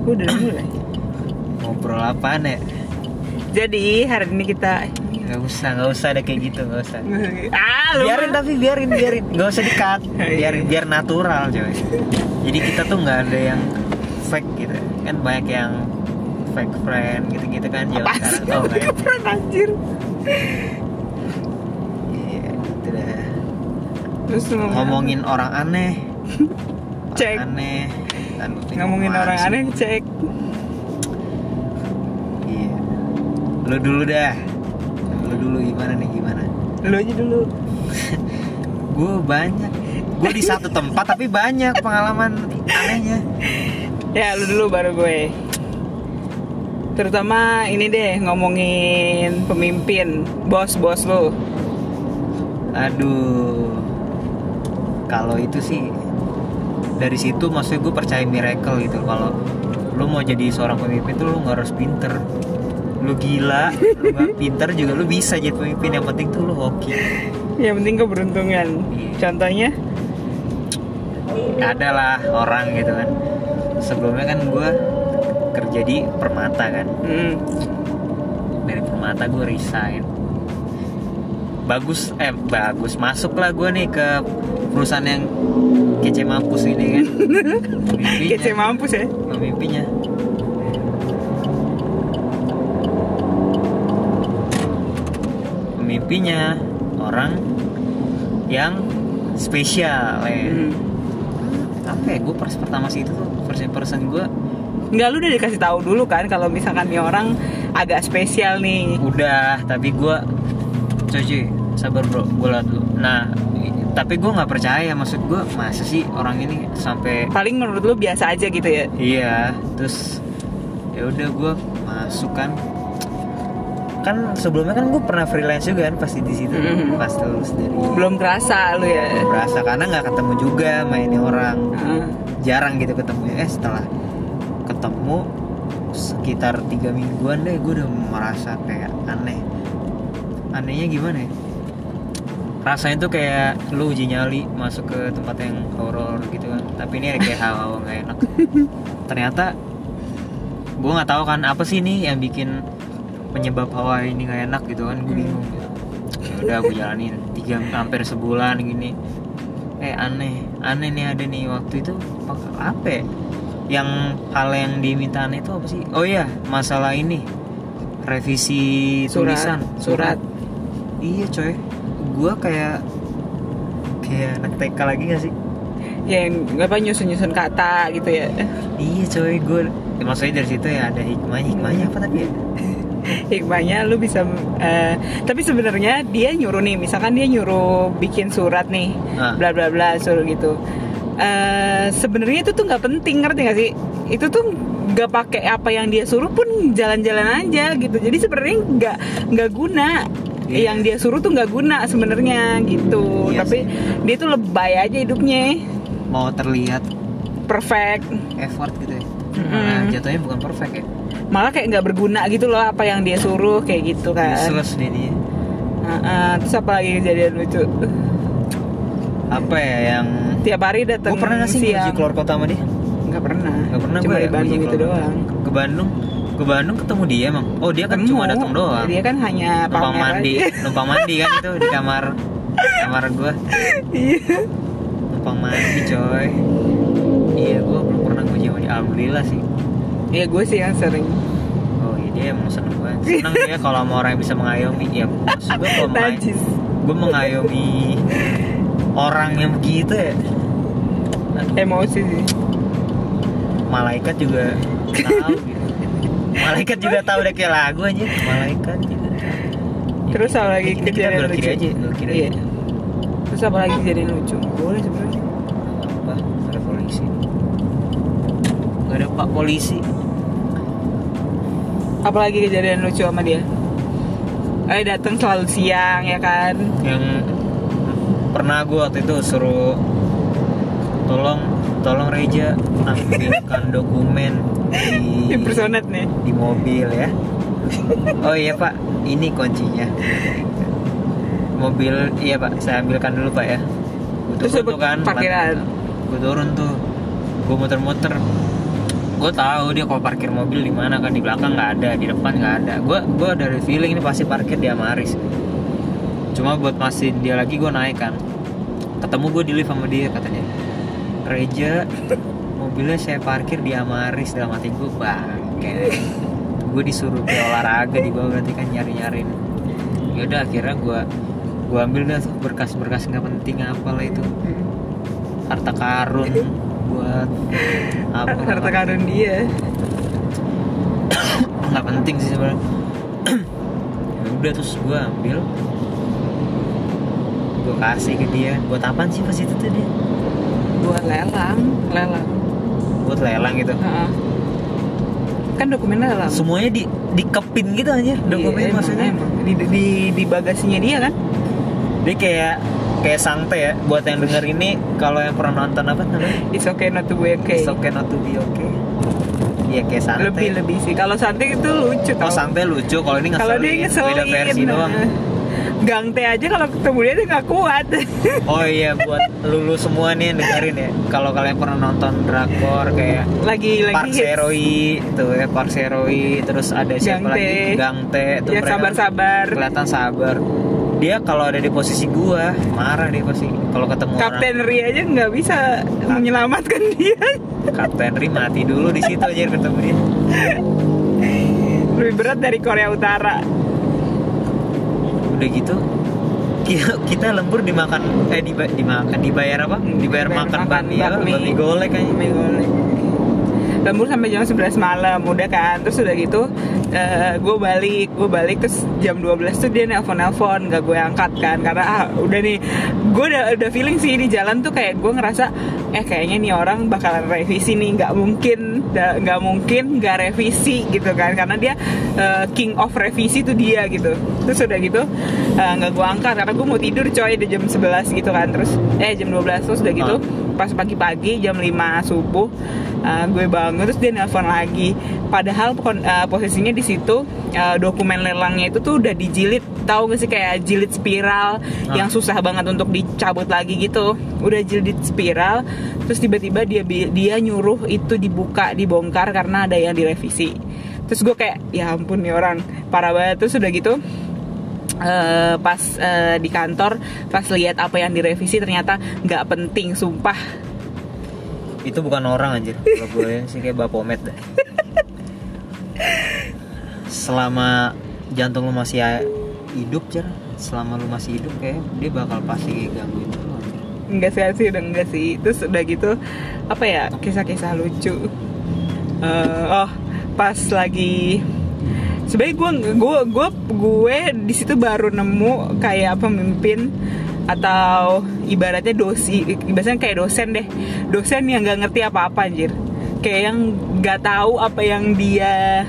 Udah mulai. Ngobrol apaan ya? Jadi hari ini kita Gak usah ada kayak gitu, gak usah. lu biarin, gak usah di-cut. Biar natural coy. Jadi kita tuh nggak ada yang fake gitu. Kan banyak yang fake friend gitu-gitu kan. Apa sih? Friend anjir. Iya, gitu dah. Terus Ngomongin orang aneh. Cek. Orang aneh. Ngomongin orang aneh cek. Iya. Lu dulu dah. Lu dulu gimana? Lu aja dulu. Gue banyak. Gue di satu tempat tapi banyak pengalaman anehnya. Ya lu dulu baru gue. Terutama ini deh ngomongin pemimpin, bos lu. Aduh. Kalau itu sih dari situ maksudnya gue percaya miracle gitu. Kalau lu mau jadi seorang pemimpin tuh lu nggak harus pinter. Lu gila, lu gak pinter juga lu bisa jadi pemimpin. Yang penting tuh lu hoki. Yang penting keberuntungan. Contohnya? Ada lah orang gitu kan. Sebelumnya kan gue kerja di Permata kan. Dari Permata gue resign. Bagus masuklah gue nih ke perusahaan yang kece mampus ini kan. Kece mampus ya. Pemimpinya orang yang spesial ya. Apa ya, gue pertama sih itu tuh first person gue. Enggak, lu udah dikasih tahu dulu kan kalau misalkan nih orang agak spesial nih. Udah, tapi gue cuy sabar bro, gue liat dulu. Nah, tapi gue nggak percaya, maksud gue masa sih orang ini sampai. Paling menurut lu biasa aja gitu ya. Iya, terus ya udah gue masuk kan sebelumnya kan gue pernah freelance juga kan pasti di situ. Pas lulus dari. Belum kerasa lu ya. Belum kerasa karena nggak ketemu juga sama ini orang. Jarang gitu ketemu. Setelah ketemu sekitar 3 mingguan deh, gue udah merasa kayak aneh. Anehnya gimana ya? Rasanya tuh kayak lu uji nyali masuk ke tempat yang horor gitu kan. Tapi ini ada kayak hawa nggak enak. Ternyata gue nggak tahu kan apa sih ini yang bikin penyebab hawa ini nggak enak gitu kan. Gue bingung gitu. Udah gue jalanin hampir sebulan gini. Aneh nih ada nih waktu itu apa ya? Yang hal yang dimintaan itu apa sih? Oh iya, masalah ini revisi surat. Iya coy, gue kayak anak TK lagi gak sih? Yang apa nyusun kata gitu ya? Iya coy, gue maksudnya dari situ ya ada hikmahnya apa tapi ya? Hikmahnya lu bisa tapi sebenarnya dia nyuruh nih, misalkan dia nyuruh bikin surat nih, bla bla bla suruh gitu. Sebenarnya itu tuh nggak penting, ngerti nggak sih? Itu tuh nggak pakai apa yang dia suruh pun jalan-jalan aja gitu. Jadi sebenarnya nggak guna. Yang dia suruh tuh nggak guna sebenarnya gitu. Tapi dia tuh lebay aja hidupnya. Mau terlihat perfect, effort gitu ya. Nah, jatuhnya bukan perfect ya. Malah kayak nggak berguna gitu loh apa yang dia suruh kayak gitu kan. Useless deh dia. Terus apa lagi kejadian lucu? Apa ya yang tiap hari datang? Gue pernah nggak sih uji keluar kota sama dia? Nggak pernah. Cuma di Bandung gitu doang. Ke Bandung ketemu dia emang. Oh dia kan cuma datang doang. Dia kan hanya numpang mandi kan itu di kamar gue. Iya. Numpang mandi coy. Iya, gue belum pernah uji sama dia. Alhamdulillah sih. Iya, gue sih yang sering. Oh iya, dia emang seneng banget. Seneng dia kalau sama orang yang bisa mengayomi. Ya gue kalau gue mengayomi orang yang begitu ya. Emosi sih. Malaikat juga tahu gitu. Malaikat juga tahu udah kayak lagu aja. Malaikat juga. Terus apa lagi kejadian lucu? Iya. Terus apa lagi kejadian lucu? Boleh sebenarnya. Apa? Ada polisi. Gak ada pak polisi. Apalagi kejadian lucu sama dia? Datang selalu siang ya kan? Yang pernah gue waktu itu suruh tolong Reja ambilkan dokumen di personet nih di mobil ya. Oh iya pak, ini kuncinya mobil. Iya pak, saya ambilkan dulu pak ya. Terus tuh kan parkiran. Gue turun tuh, gue muter-muter gue tahu dia kalau parkir mobil di mana kan, di belakang nggak ada, di depan nggak ada. Gue dari feeling ini pasti parkir di Amaris. Cuma buat mastiin dia lagi, gue naik kan, ketemu gue di lift sama dia, katanya, Reja, mobilnya saya parkir di Amaris. Dalam hati gue, bangke, gue disuruh ke olahraga di bawah, berarti kan nyari-nyariin. Yaudah akhirnya gue ambil dah tuh berkas-berkas nggak penting apalah itu, harta karun buat apa, harta karun dia nggak penting sih sebenarnya. Udah terus gue ambil, gue kasih ke dia. Buat apaan sih pas itu tuh dia? buat lelang Buat lelang gitu. Kan dokumennya lelang, Semuanya dikepin gitu aja dokumennya. Iya, maksudnya emang. Di bagasinya dia kan. dia kayak santai ya. Buat yang denger ini, kalau yang pernah nonton apa namanya, It's okay not to be okay. It's okay not to be okay. Iya kayak santai. Lebih sih. Kalau santai itu lucu. Kalau santai lucu, kalau ini Kalau dia ngeselin, beda versi doang. Gang teh aja kalau ketemu dia tuh nggak kuat. Oh iya, buat lulu semua nih yang dengerin ya, kalau kalian pernah nonton drakor kayak lagi Park hits. Seroi itu ya, Park Seroi, terus ada siapa lagi, Gang Tae itu, Ya, mereka sabar-sabar. kelihatan sabar. Dia kalau ada di posisi gua marah dia pasti kalau ketemu Kapten orang. Ri aja nggak bisa menyelamatkan dia. Kapten Ri mati dulu di situ aja ketemu dia. Lebih berat dari Korea Utara. Udah gitu kita lembur dimakan dibayar apa? Dibayar makan bakmi golek aja. Bakmi golek. Lembur sampai jam 11 malam udah kan. Terus udah gitu gue balik terus jam 12 tuh dia nelpon gak gue angkat kan, karena udah nih gue udah feeling sih di jalan tuh kayak gue ngerasa kayaknya nih orang bakalan revisi nih, nggak mungkin nggak revisi gitu kan, karena dia king of revisi tuh dia gitu. Terus udah gitu nggak gue angkat karena gue mau tidur coy di jam 11 gitu kan, terus jam 12 terus udah gitu pas pagi-pagi jam 5 subuh gue bangun terus dia nelpon lagi, padahal posisinya di situ dokumen lelangnya itu tuh udah dijilid, tahu gak sih kayak jilid spiral yang susah banget untuk dicabut lagi gitu, udah jilid spiral. Terus tiba-tiba dia nyuruh itu dibongkar karena ada yang direvisi. Terus gue kayak ya ampun nih orang parah banget. Terus udah gitu pas di kantor pas lihat apa yang direvisi ternyata nggak penting, sumpah. Itu bukan orang anjir, kalau gue lihat sih kayak Bapomet dah. Selama jantung lu masih hidup, selama lu masih hidup kayak dia bakal pasti gangguin lu anjir. Enggak sih. Terus udah gitu apa ya, kisah-kisah lucu. Pas lagi sebenarnya gue di situ baru nemu kayak pemimpin atau ibaratnya kayak dosen yang nggak ngerti apa-apa anjir, kayak yang nggak tahu apa yang dia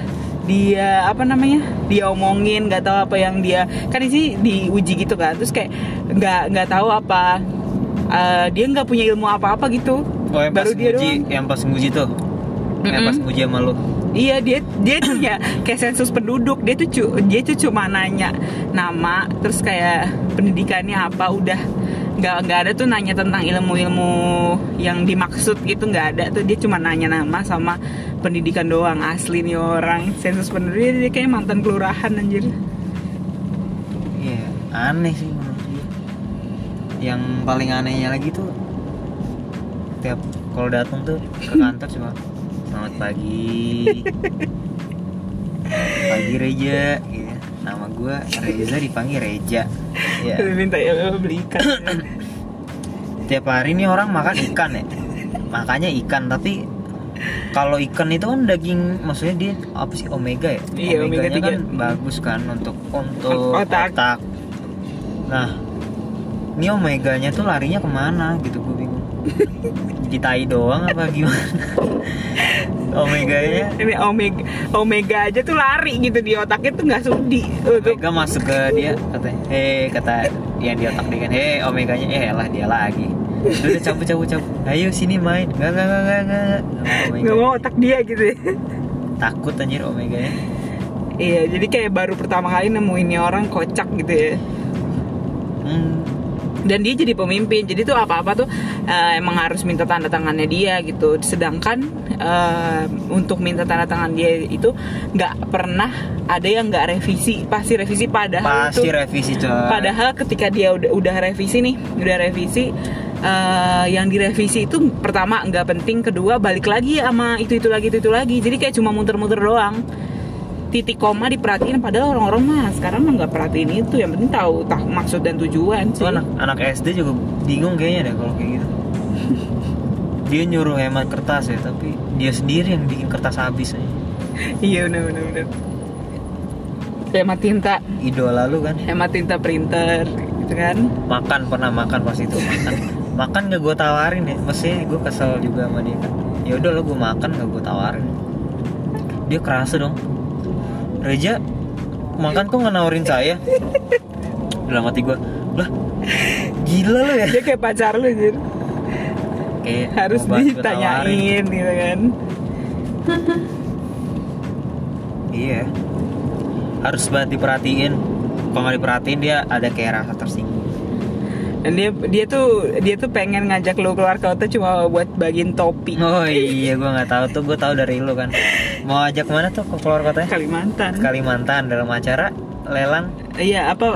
omongin, nggak tahu apa yang dia kan di sini diuji gitu kan, terus kayak nggak tahu apa, dia nggak punya ilmu apa-apa gitu. Yang baru dia doang yang pas nguji tuh, yang pas nguji sama lu. Iya, dia tuh ya kayak sensus penduduk, dia tuh cuma nanya nama, terus kayak pendidikannya apa, udah nggak ada tuh nanya tentang ilmu-ilmu yang dimaksud gitu, nggak ada tuh. Dia cuma nanya nama sama pendidikan doang. Asli nih orang sensus penduduk, dia kayak mantan kelurahan anjir. Iya, aneh sih menurut dia. Yang paling anehnya lagi tuh tiap kalau datang tuh ke kantor cuma selamat pagi Reja gitu. Nama gue Reza dipanggil Reja ya. Minta ya beli ikan. Tiap hari nih orang makan ikan ya, makanya ikan. Tapi kalau ikan itu kan daging, maksudnya dia apa sih, omega ya? Iya, omega 3 kan bagus kan untuk otak. Nah ini omeganya tuh larinya kemana gitu, gue bingung. Di tai doang apa gimana? Omeganya ini omega aja tuh lari gitu di otaknya tuh nggak sudi. Omega masuk ke dia, kata yang di otak dia kan, omeganya lah dia lagi. Udah cabut. Ayo sini main. Nggak mau otak dia gitu. Takut anjir omeganya. Iya, jadi kayak baru pertama kali nemuin orang kocak gitu ya. Dan dia jadi pemimpin, jadi tuh apa-apa tuh emang harus minta tanda tangannya dia gitu. Sedangkan untuk minta tanda tangan dia itu nggak pernah ada yang nggak revisi, pasti revisi. Padahal pasti itu, revisi coy. Padahal ketika dia udah revisi nih, yang direvisi itu pertama nggak penting, kedua balik lagi sama itu lagi. Jadi kayak cuma muter-muter doang. Titik koma diperhatiin, padahal orang-orang mah sekarang mah nggak perhatiin itu. Yang penting tahu maksud dan tujuan sih. Anak SD juga bingung kayaknya deh kalau kayak gitu. Dia nyuruh hemat kertas ya, tapi dia sendiri yang bikin kertas habis aja. Iya benar. Hemat tinta. Idola lu kan? Hemat tinta printer, gitu kan? Pernah makan pas itu makan nggak gue tawarin ya, maksudnya gue kesel juga sama dia kan. Ya udah lo gue makan nggak gue tawarin. Dia kerasa dong. Reja makan kok nggak nawarin saya? Dalam hati gue, lah gila lo ya. Dia kayak pacar lo jadi kayak harus ditanyain gitu kan. Iya, harus banget diperhatiin. Kalau nggak diperhatiin dia ada kayak rasa tersinggung. Dan dia tuh pengen ngajak lo keluar kota cuma buat bagiin topi. Oh iya, gue nggak tahu tuh, gue tahu dari lo kan. Mau ajak mana tuh ke keluar kotanya? Kalimantan dalam acara lelang. Iya apa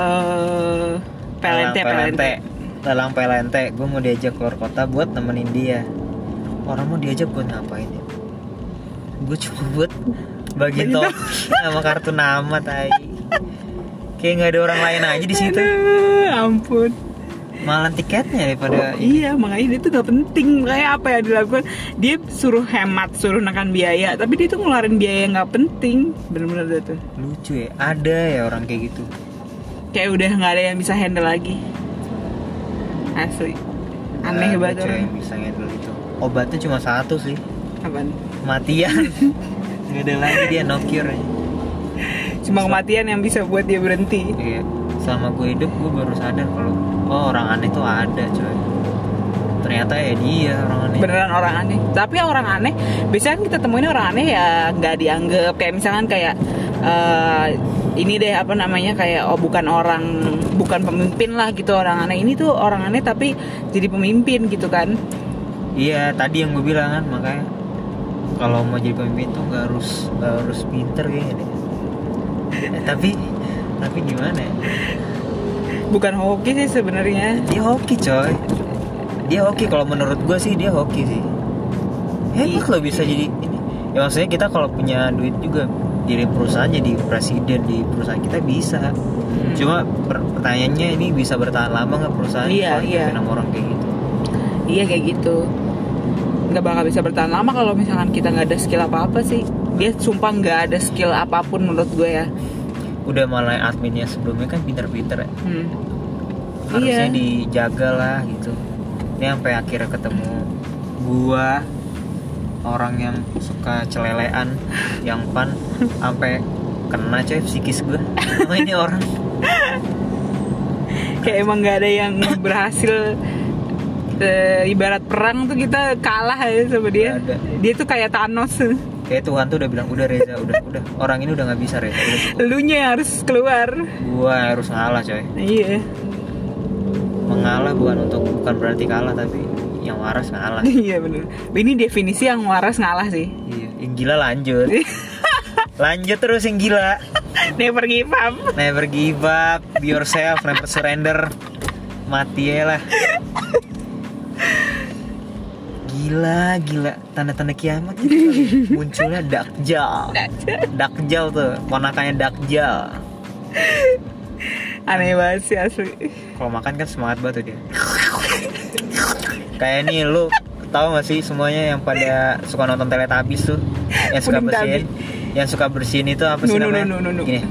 Pelente. Lelang Pelente. Gue mau diajak keluar kota buat nemenin dia. Orang mau diajak buat ngapain ya? Gue cuma buat bagiin topi sama kartu nama tai. Kayak nggak ada orang lain aja di situ. Ampun. Malah tiketnya daripada iya, makanya dia tuh gak penting. Kayak apa yang dilakukan, dia suruh hemat, suruh nekan biaya, tapi dia tuh ngeluarin biaya yang gak penting. Bener-bener dia tuh lucu ya, ada ya orang kayak gitu. Kayak udah gak ada yang bisa handle lagi. Asli aneh banget orang yang bisa handle itu. Obatnya cuma satu sih. Apaan? Kematian. Gak ada lagi, dia no cure aja. Cuma kematian yang bisa buat dia berhenti. Iya. Selama gue hidup gue baru sadar kalau orang aneh tuh ada coy. Ternyata ya dia orang aneh. Beneran orang aneh. Tapi orang aneh biasanya kan kita temuin orang aneh ya nggak dianggap. Kayak misalkan kayak ini deh apa namanya, kayak bukan pemimpin lah gitu orang aneh. Ini tuh orang aneh tapi jadi pemimpin gitu kan. Iya, tadi yang gue bilang kan, makanya kalau mau jadi pemimpin tuh nggak harus pinter kayaknya deh. Tapi gimana ya? Bukan hoki sih sebenarnya. Dia hoki coy. Dia hoki, kalau menurut gue sih dia hoki sih. Hebat lo bisa jadi ini. Ya maksudnya kita kalau punya duit juga jadi perusahaan, jadi presiden di perusahaan kita bisa. Cuma pertanyaannya, ini bisa bertahan lama nggak perusahaan? Iya. Sama orang kayak gitu. Iya kayak gitu. Nggak bakal bisa bertahan lama kalau misalkan kita nggak ada skill apa-apa sih. Dia sumpah nggak ada skill apapun menurut gue ya. Udah malah adminnya sebelumnya kan pinter-pinter ya. Harusnya dijaga lah gitu. Ini sampai akhirnya ketemu gua, orang yang suka celelean, yang pan, sampai kena coy psikis gua sama ini orang. Kayak emang nggak ada yang berhasil. Ibarat perang tuh kita kalah aja sama dia. Dia tuh kayak Thanos. Kayak Tuhan tuh udah bilang, udah Reza, udah orang ini udah nggak bisa Reza, udah cukup. Elunya harus keluar. Gua harus ngalah coy. Iya. Mengalah bukan berarti kalah, tapi yang waras ngalah. Iya benar. Ini definisi yang waras ngalah sih. Iya. Yang gila lanjut. Lanjut terus yang gila. Never give up. Never give up. Be yourself, never surrender. Mati ya lah. Gila tanda-tanda kiamat gitu. Munculnya Dakjal tuh, ponakannya Dakjal. Aneh banget sih asli. Kalau makan kan semangat banget tuh dia. Kayak nih, lu tahu gak sih semuanya yang pada suka nonton Teletubbies tuh, yang suka bersihin itu apa sih namanya? No. Gini.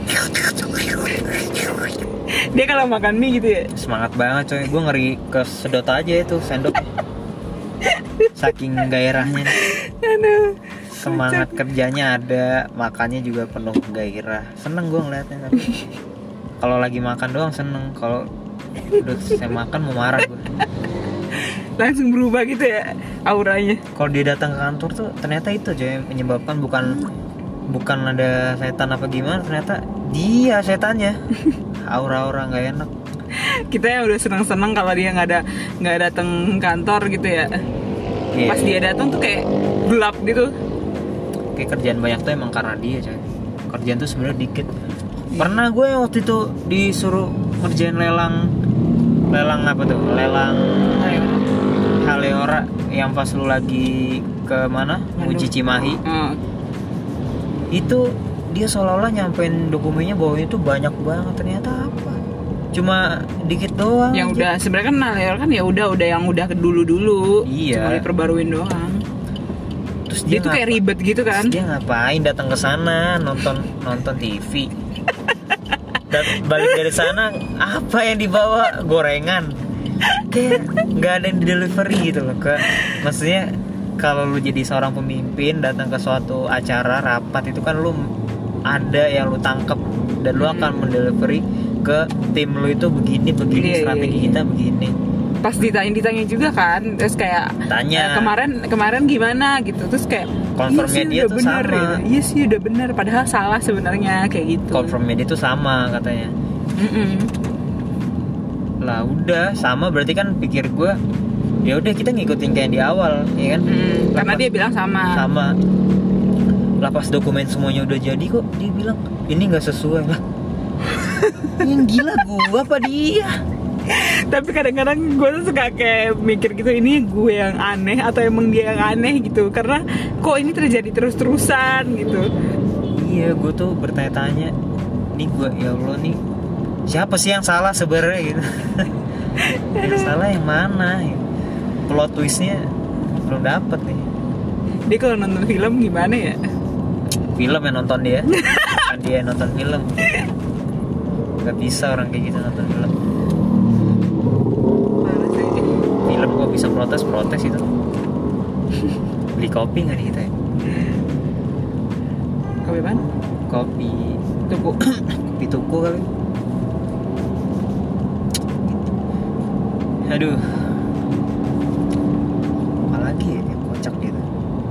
Dia kalau makan mie gitu ya semangat banget coy. Gue ngeri kesedot aja itu sendok. Saking gairahnya. Semangat kerjanya ada, makannya juga penuh gairah. Seneng gue ngeliatnya. Kalau lagi makan doang seneng, kalau udah saya makan mau marah gue. Langsung berubah gitu ya auranya. Kalau dia datang ke kantor tuh ternyata itu aja yang menyebabkan, bukan ada setan apa gimana, ternyata dia setannya. Aura-aura nggak enak. Kita yang udah seneng-seneng kalau dia nggak datang kantor gitu ya. Pas dia datang tuh kayak gelap gitu. Kayak kerjaan banyak tuh emang karena dia, coy. Kerjaan tuh sebenarnya dikit. Pernah gue waktu itu disuruh ngerjain lelang apa tuh? Lelang Haleora yang pas lu lagi ke mana? Uji Cimahi. Itu dia seolah-olah nyampein dokumennya bahwa itu banyak banget, ternyata apa? Cuma dikit doang. Yang udah sebenarnya kan Haleora kan ya udah yang udah dulu. Iya. Cuma diperbaruin doang. Terus dia tuh kayak ribet gitu kan. Terus dia ngapain datang ke sana nonton TV. Dan balik dari sana apa yang dibawa? Gorengan. Kayak nggak ada yang di delivery gitu loh. Maksudnya kalau lu jadi seorang pemimpin datang ke suatu acara rapat itu kan lu ada yang lu tangkep dan lu akan mendelivery ke tim lu itu begini strategi kita begini. Pas ditanya juga kan, terus kayak tanya kemarin gimana gitu, terus kayak confirmnya dia tuh bener, sama. Iya sih udah benar, padahal salah sebenarnya kayak gitu. Confirmnya dia tuh sama katanya. Lah udah sama berarti kan pikir gue ya udah kita ngikutin kayak di awal ya kan. Karena dia bilang sama. Lah pas dokumen semuanya udah jadi kok dia bilang ini nggak sesuai lah. Yang gila gue apa dia? Tapi kadang-kadang gue tuh suka kayak mikir gitu, ini gue yang aneh atau emang dia yang aneh gitu, karena kok ini terjadi terus-terusan gitu. Iya, gue tuh bertanya-tanya, nih gue ya Allah nih siapa sih yang salah sebenarnya gitu. Yang salah yang mana? Plot twistnya belum dapet nih. Dia kalau nonton film gimana ya? Film yang nonton dia, kan dia yang nonton film. Gak bisa orang kayak gitu nonton film. Film kok bisa protes itu. Beli kopi nggak nih kita ya? Kopi mana? Kopi tuku. Kopi tuku kali. Aduh, apalagi ya yang kocak gitu.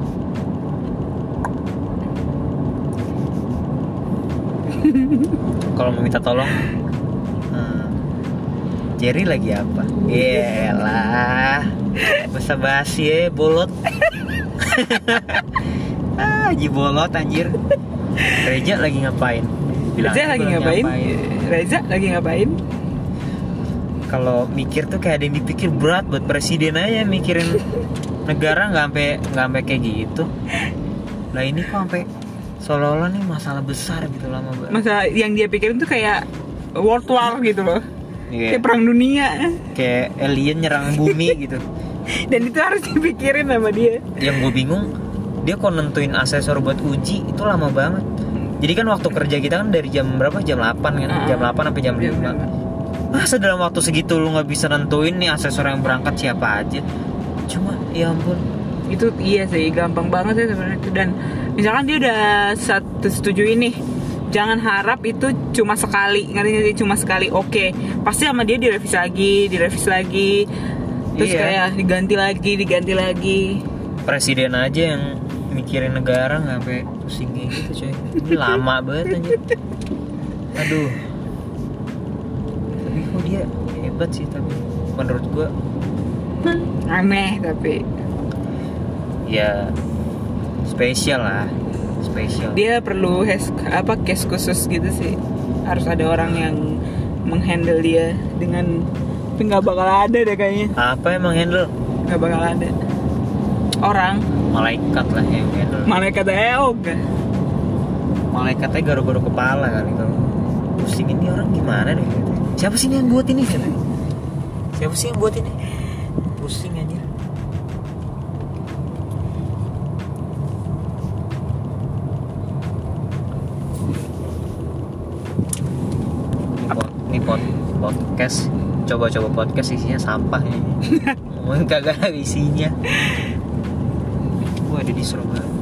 Kalau mau minta tolong, Jerry lagi apa? Yelah, basa-basi ya, bolot. Ji bolot anjir. Reza lagi ngapain? Reza lagi ngapain? Kalau mikir tuh kayak ada yang dipikir berat buat presiden aja mikirin negara nggak sampai kayak gitu. Lah ini kok sampai seolah-olah nih masalah besar gitu lama banget. Masalah yang dia pikirin tuh kayak world war gitu loh. Kayak perang dunia. Kayak alien nyerang bumi gitu. Dan itu harus dipikirin sama dia. Yang gue bingung, dia kok nentuin asesor buat uji itu lama banget. Jadi kan waktu kerja kita kan dari jam berapa? Jam 8 kan? Jam 8 sampai jam 5. Masa dalam waktu segitu lu gak bisa nentuin nih asesor yang berangkat siapa aja? Cuma ya ampun. Itu iya sih, gampang banget ya sebenarnya itu. Dan misalkan dia udah setuju ini, jangan harap itu cuma sekali, ngerti cuma sekali. Oke, pasti sama dia direvisi lagi. Terus kayak diganti lagi. Presiden aja yang mikirin negara nggak sampai pusing kayak gitu coy. Ini lama banget aja. Aduh. Tapi kok dia hebat sih, tapi menurut gua aneh tapi ya spesial. Dia perlu case khusus gitu sih. Harus ada orang yang menghandle dia dengan, tapi nggak bakal ada deh kayaknya. Apa yang menghandle? Nggak bakal ada orang. Malaikat lah yang handle. Malaikatnya garu-garu kepala kali kalau pusing ini orang gimana deh. Siapa sih yang buat ini? Pusing aja. Ini podcast. Coba podcast isinya sampah ya. Ngomongin kagak ada isinya. Gua ada di Surabaya.